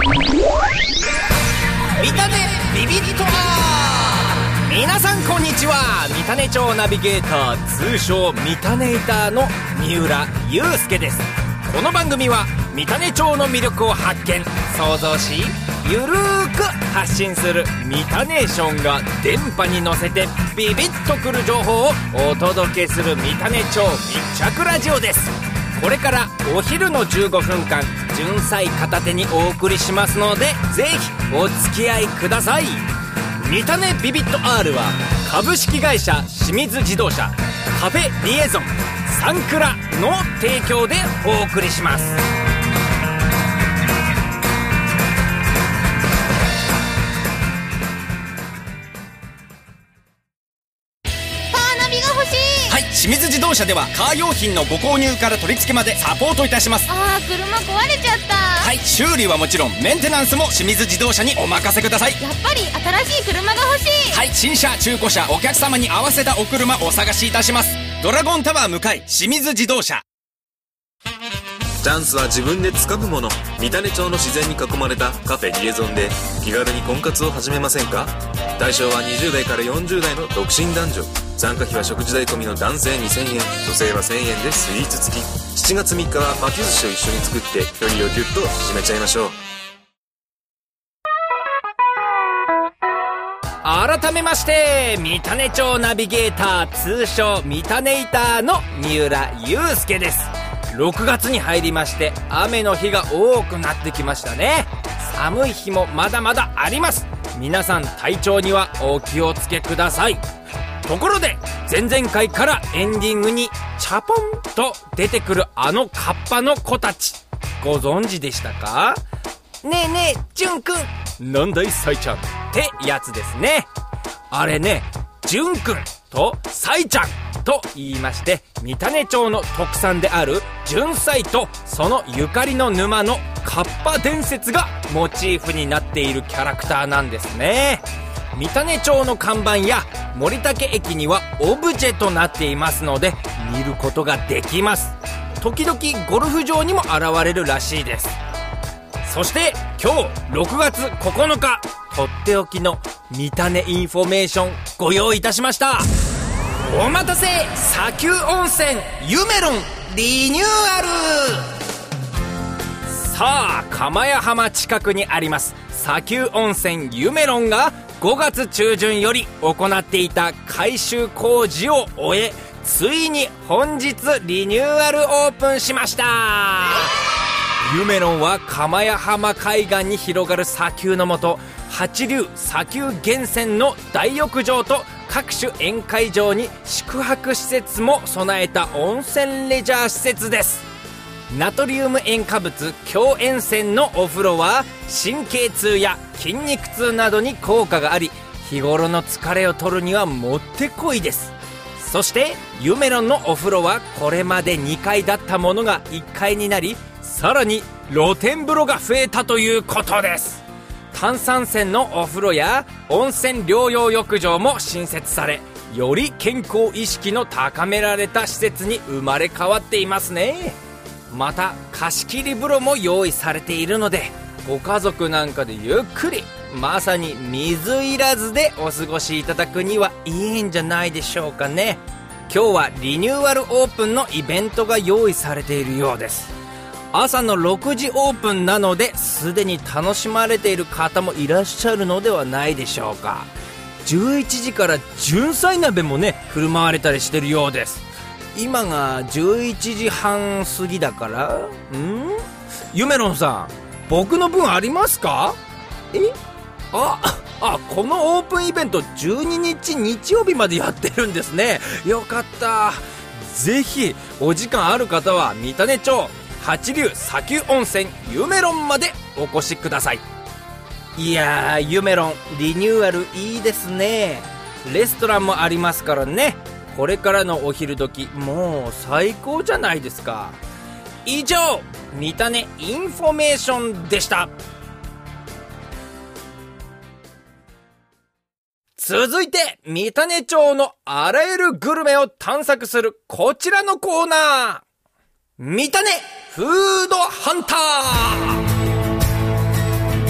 三種ビビッと皆さんこんにちは。三種町ナビゲーター、通称三種イターの三浦祐介です。この番組は三種町の魅力を発見、創造し、ゆるーく発信する三種ネーションが電波に乗せてビビッとくる情報をお届けする三種町密着ラジオです。これからお昼の15分間純菜片手にお送りしますので、ぜひお付き合いください。三種ビビット R は株式会社清水自動車、カフェリエゾン、サンクラの提供でお送りします。清水自動車ではカー用品のご購入から取り付けまでサポートいたします。 あー、車壊れちゃった。 はい、修理はもちろんメンテナンスも清水自動車にお任せください。 やっぱり新しい車が欲しい。 はい、新車中古車お客様に合わせたお車お探しいたします。ドラゴンタワー向かい清水自動車。 チャンスは自分で掴むもの。三種町の自然に囲まれたカフェリエゾンで気軽に婚活を始めませんか？対象は20代から40代の独身男女。参加費は食事代込みの男性2000円、女性は1000円でスイーツ付き。7月3日は巻き寿司を一緒に作って距離をギュッと縮めちゃいましょう。 改めまして三種町ナビゲーター、通称三種イターの三浦祐介です。6月に入りまして雨の日が多くなってきましたね。寒い日もまだまだあります。皆さん体調にはお気をつけください。ところで前々回からエンディングにチャポンと出てくるあのカッパの子たち、ご存知でしたか？ねえねえジュンくん、なんだいサイちゃんってやつですね。あれね、ジュンくんとサイちゃんと言いまして、三種町の特産である純菜とそのゆかりの沼のカッパ伝説がモチーフになっているキャラクターなんですね。三種町の看板や森竹駅にはオブジェとなっていますので見ることができます。時々ゴルフ場にも現れるらしいです。そして今日6月9日、とっておきの三種インフォメーションご用意いたしました。お待たせ、砂丘温泉ゆめろんリニューアル。さあ、釜屋浜近くにあります砂丘温泉ゆめろんが5月中旬より行っていた改修工事を終え、ついに本日リニューアルオープンしました。ゆめろんは釜屋浜海岸に広がる砂丘の下、八流砂丘源泉の大浴場と各種宴会場に宿泊施設も備えた温泉レジャー施設です。ナトリウム塩化物強塩泉のお風呂は神経痛や筋肉痛などに効果があり、日頃の疲れを取るにはもってこいです。そしてゆめろんのお風呂はこれまで2階だったものが1階になり、さらに露天風呂が増えたということです。炭酸泉のお風呂や温泉療養浴場も新設され、より健康意識の高められた施設に生まれ変わっていますね。また貸切風呂も用意されているので、ご家族なんかでゆっくり、まさに水いらずでお過ごしいただくにはいいんじゃないでしょうかね。今日はリニューアルオープンのイベントが用意されているようです。朝の6時オープンなので、すでに楽しまれている方もいらっしゃるのではないでしょうか。11時から純菜鍋もね、振る舞われたりしてるようです。今が11時半過ぎだから、ゆめろんさん、僕の分ありますか？このオープンイベント12日日曜日までやってるんですね。よかった。ぜひお時間ある方は三種町八流砂丘温泉ゆめろんまでお越しください。いやー、ゆめろんリニューアルいいですね。レストランもありますからね。これからのお昼時、もう最高じゃないですか。以上、三種インフォメーションでした。続いて三種町のあらゆるグルメを探索するこちらのコーナー、三種フードハンター。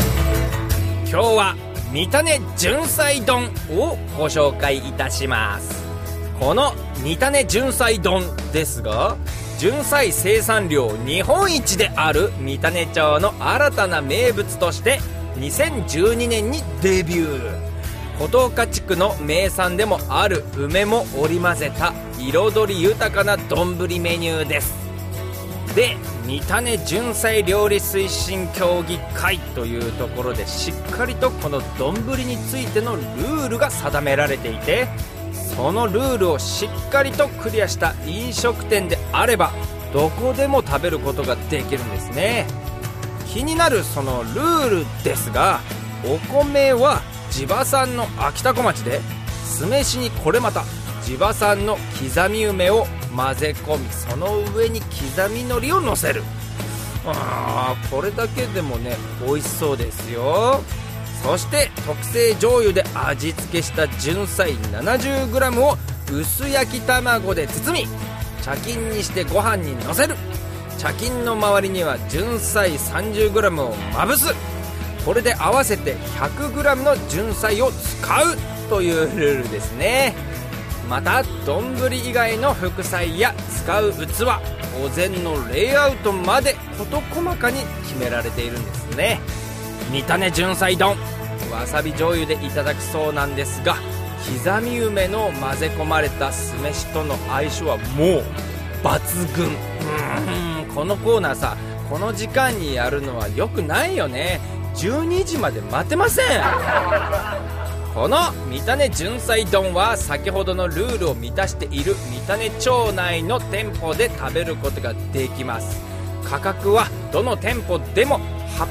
日は三種純菜丼をご紹介いたします。この三種純菜丼ですが、純菜生産量日本一である三種町の新たな名物として2012年にデビュー。琴岡地区の名産でもある梅も織り交ぜた彩り豊かな丼メニューです。で、三種純菜料理推進協議会というところでしっかりとこの丼についてのルールが定められていて、そのルールをしっかりとクリアした飲食店であればどこでも食べることができるんですね。気になるそのルールですが、お米は地場産の秋田小町で、酢飯にこれまた地場産の刻み梅を混ぜ込み、その上に刻み海苔を乗せる。これだけでもね美味しそうですよ。そして特製醤油で味付けした純菜 70g を薄焼き卵で包み、茶巾にしてご飯にのせる。茶巾の周りには純菜 30g をまぶす。これで合わせて 100g の純菜を使うというルールですね。また丼以外の副菜や使う器、お膳のレイアウトまで事細かに決められているんですね。三種純菜丼、わさび醤油でいただくそうなんですが、刻み梅の混ぜ込まれた酢飯との相性はもう抜群。このコーナーさ、この時間にやるのは良くないよね。12時まで待てません。この三種純菜丼は先ほどのルールを満たしている三種町内の店舗で食べることができます。価格はどの店舗でも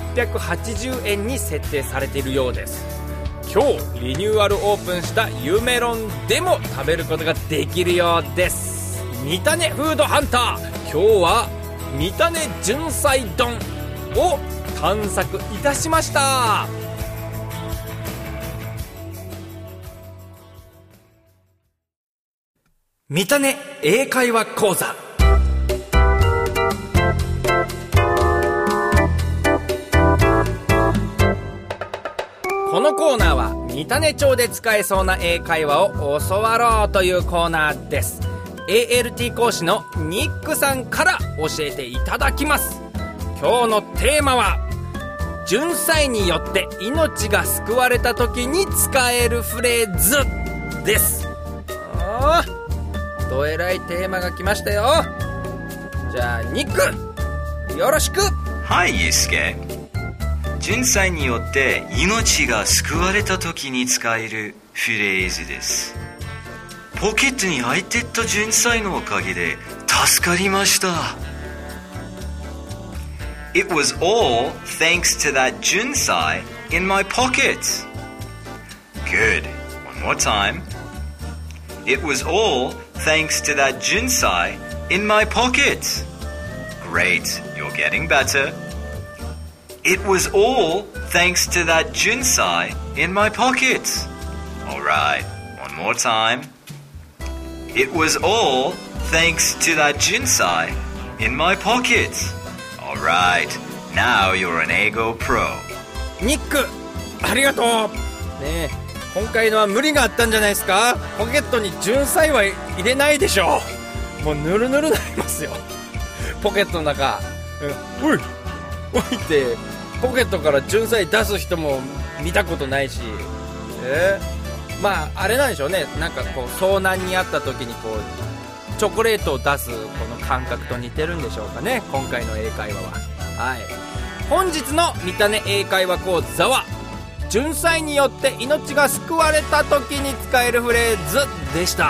880円に設定されているようです。今日リニューアルオープンしたゆめろんでも食べることができるようです。三種フードハンター、今日は三種純菜丼を探索いたしました。三種英会話講座。このコーナーは三種町で使えそうな英会話を教わろうというコーナーです。 ALT 講師のニックさんから教えていただきます。今日のテーマは純菜によって命が救われた時に使えるフレーズです。どえらいテーマが来ましたよ。じゃあニックよろしく。 はい、ユースケ。純菜によって命が救われた時に使えるフレーズです。ポケットに入っていった純菜のおかげで助かりました。 It was all thanks to that 純菜 in my pocket. Good. One more time. It was all thanks to that 純菜 in my pocket. Great. You're getting better. It was all thanks to that 純菜 in my pocket. Alright, one more time. It was all thanks to that 純菜 in my pocket. Alright, now you're an Eigo Pro. ニックありがとうねえ、今回のは無理があったんじゃないですか。ポケットに純菜は入れないでしょう。もうぬるぬるなりますよポケットの中。おいってポケットから純菜出す人も見たことないし、まああれなんでしょうね。なんかこう遭難にあった時にこうチョコレートを出すこの感覚と似てるんでしょうかね、今回の英会話は。はい、本日の三種英会話講座は純菜によって命が救われた時に使えるフレーズでした。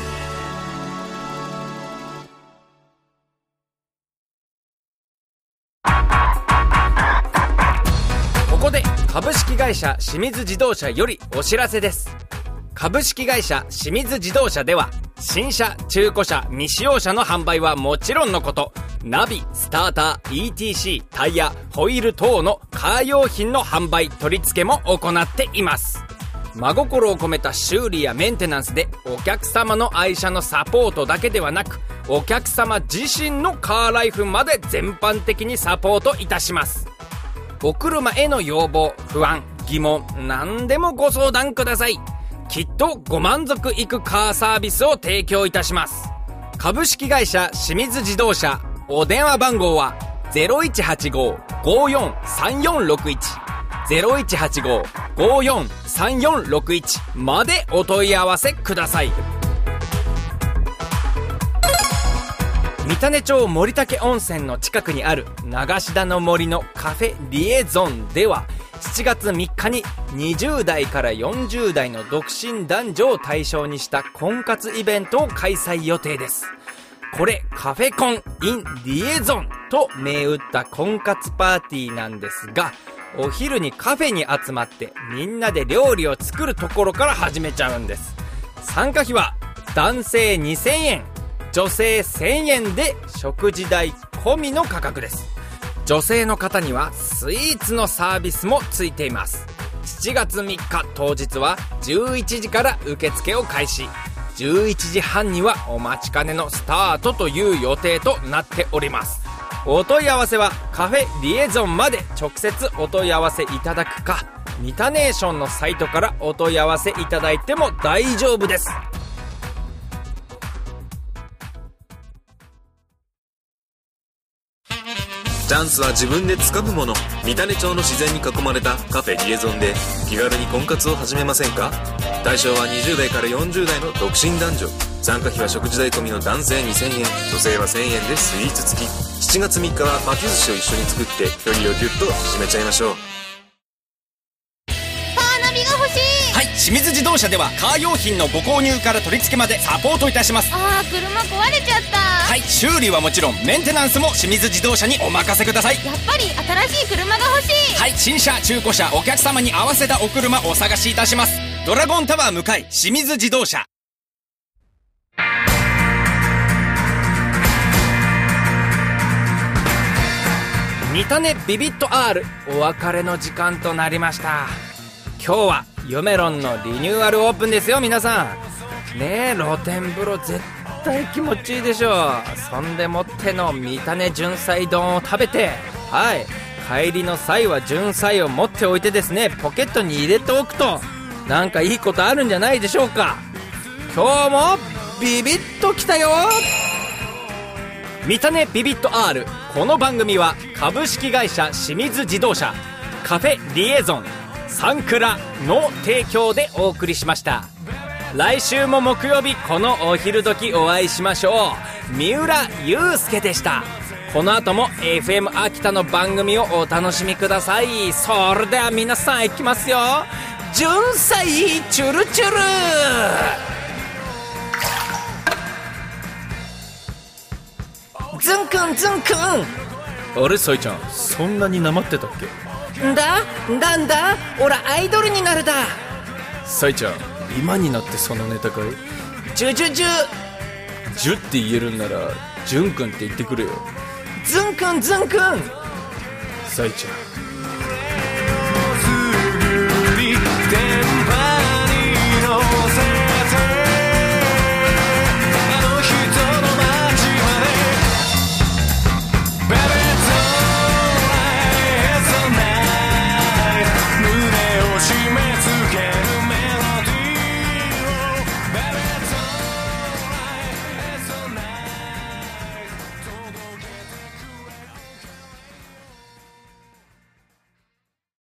ここで株式会社清水自動車よりお知らせです。株式会社清水自動車では新車、中古車、未使用車の販売はもちろんのこと、ナビ、スターター、ETC、タイヤ、ホイール等のカー用品の販売、取り付けも行っています。真心を込めた修理やメンテナンスでお客様の愛車のサポートだけではなく、お客様自身のカーライフまで全般的にサポートいたします。お車への要望、不安、 疑問何でもご相談ください。きっとご満足いくカーサービスを提供いたします。株式会社清水自動車、お電話番号は 0185-543461 0185-543461 までお問い合わせください。三種町森竹温泉の近くにある流し田の森のカフェリエゾンでは、7月3日に20代から40代の独身男女を対象にした婚活イベントを開催予定です。これカフェコン in リエゾンと銘打った婚活パーティーなんですが、お昼にカフェに集まってみんなで料理を作るところから始めちゃうんです。参加費は男性2000円、女性1000円で食事代込みの価格です。女性の方にはスイーツのサービスもついています。7月3日当日は11時から受付を開始、11時半にはお待ちかねのスタートという予定となっております。お問い合わせはカフェリエゾンまで直接お問い合わせいただくか、ミタネーションのサイトからお問い合わせいただいても大丈夫です。 チャンスは自分で掴むもの。三種町の自然に囲まれたカフェリエゾンで気軽に婚活を始めませんか？対象は20代から40代の独身男女。参加費は食事代込みの男性2000円、女性は1000円でスイーツ付き。7月3日は巻き寿司を一緒に作って距離をギュッと縮めちゃいましょう。 カーナビが欲しい。 はい、清水自動車ではカー用品のご購入から取り付けまでサポートいたします。 あー、車壊れちゃった。 はい、修理はもちろんメンテナンスも清水自動車にお任せください。 やっぱり新しい車が欲しい。 はい、新車中古車お客様に合わせたお車お探しいたします。ドラゴンタワー向かい清水自動車。三種ビビット R お別れの時間となりました。今日はユメロンのリニューアルオープンですよ。皆さんねえ、露天風呂絶対気持ちいいでしょ。そんでもっての三種純菜丼を食べて、はい、帰りの際は純菜を持っておいてですね、ポケットに入れておくとなんかいいことあるんじゃないでしょうか。今日もビビッときたよ。三種ビビット R。 この番組は株式会社清水自動車、カフェリエゾン、サンクラの提供でお送りしました。来週も木曜日このお昼時お会いしましょう。三浦祐介でした。この後も FM 秋田の番組をお楽しみください。それでは皆さんいきますよ。純菜チュルチュル。ズンくんズンくん。あれ、サイちゃん、そんなになまってたっけ？なんだオラアイドルになるだ。サイちゃん、今になってそのネタかい？ジュって言えるんならジュンくんって言ってくれよ。ズンくんサイちゃん、